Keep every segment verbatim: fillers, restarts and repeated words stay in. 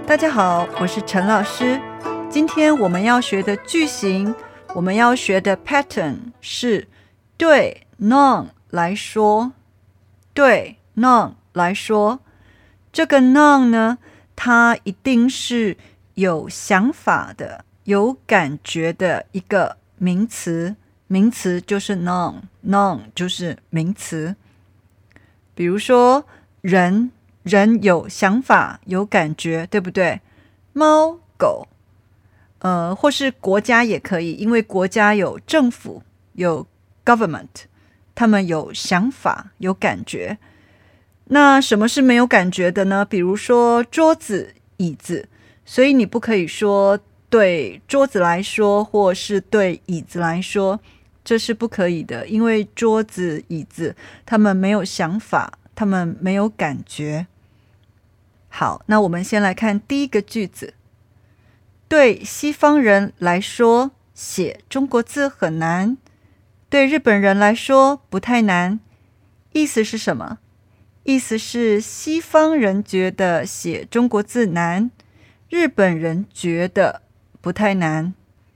大家好，我是陈老师。今天我们要学的句型，我们要学的 pattern 是对 noun 来说，对 noun 来说。这个 noun 呢，它一定是有想法的、有感觉的一个名词。名词就是 noun， noun 就是名词。比如说人。人有想法有感觉，对不对？猫狗呃，或是国家也可以，因为国家有政府有 government， 他们有想法有感觉。那什么是没有感觉的呢？比如说桌子椅子，所以你不可以说对桌子来说或是对椅子来说，这是不可以的，因为桌子椅子他们没有想法，他们没有感觉。好，那我们先来看第一个句子。对西方人来说，写中国字很难，对日本人来说不太难。意思是什么？意思是西方人觉得写中国字难，日本人觉得不太难。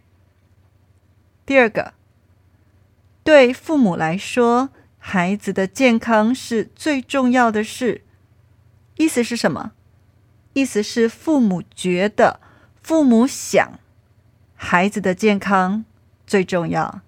第二个，对父母来说，孩子的健康是最重要的事。意思是什么？意思是父母觉得，父母想，孩子的健康最重要。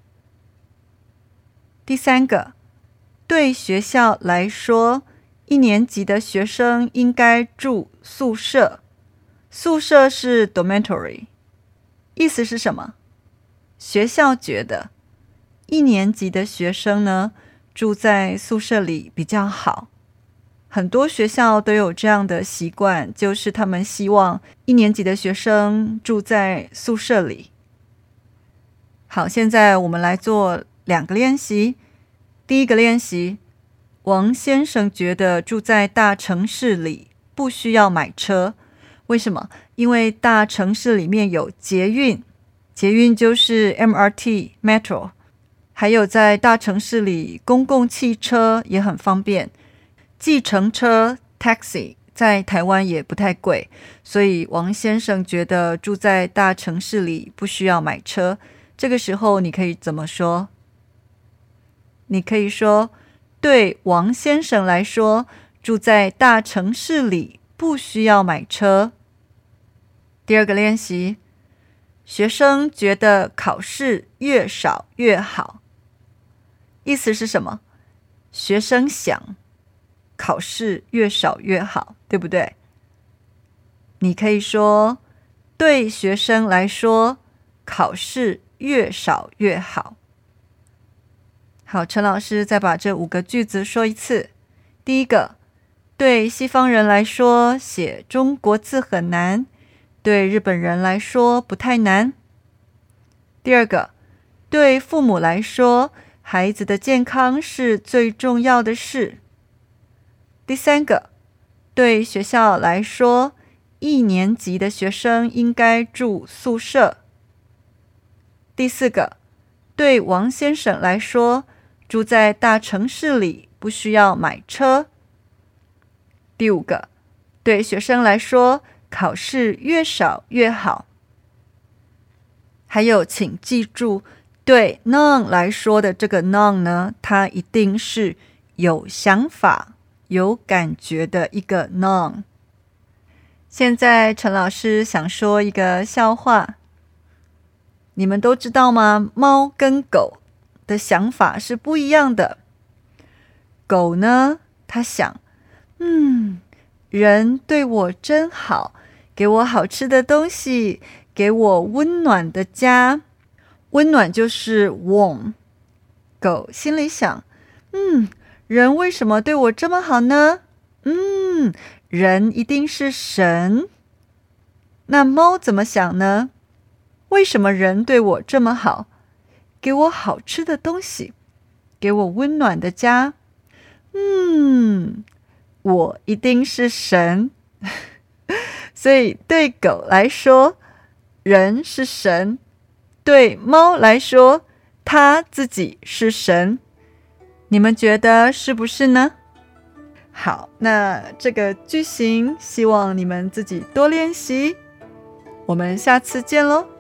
第三个，对学校来说，一年级的学生应该住宿舍。宿舍是 dormitory。意思是什么？学校觉得，一年级的学生呢，住在宿舍里比较好。很多学校都有这样的习惯，就是他们希望一年级的学生住在宿舍里。好，现在我们来做两个练习。第一个练习，王先生觉得住在大城市里不需要买车。为什么？因为大城市里面有捷运，捷运就是 M R T Metro， 还有在大城市里公共汽车也很方便。计程车 taxi 在台湾也不太贵，所以王先生觉得住在大城市里不需要买车。这个时候你可以怎么说？你可以说，对王先生来说，住在大城市里不需要买车。第二个练习，学生觉得考试越少越好。意思是什么？学生想考试越少越好，对不对？你可以说，对学生来说，考试越少越好。好，陈老师再把这五个句子说一次。第一个，对西方人来说，写中国字很难，对日本人来说不太难。第二个，对父母来说，孩子的健康是最重要的事。第三个，对学校来说，一年级的学生应该住宿舍。第四个，对王先生来说，住在大城市里不需要买车。第五个，对学生来说，考试越少越好。还有，请记住，对 noun 来说的这个 noun 呢，它一定是有想法有感觉的一个 noun。 现在陈老师想说一个笑话。你们都知道吗？猫跟狗的想法是不一样的。狗呢，它想，嗯，人对我真好，给我好吃的东西，给我温暖的家。温暖就是 warm。 狗心里想，嗯，人为什么对我这么好呢？嗯，人一定是神。那猫怎么想呢？为什么人对我这么好？给我好吃的东西，给我温暖的家。嗯，我一定是神。所以对狗来说，人是神；对猫来说，它自己是神。你们觉得是不是呢？ 好，那这个句型希望你们自己多练习，我们下次见喽。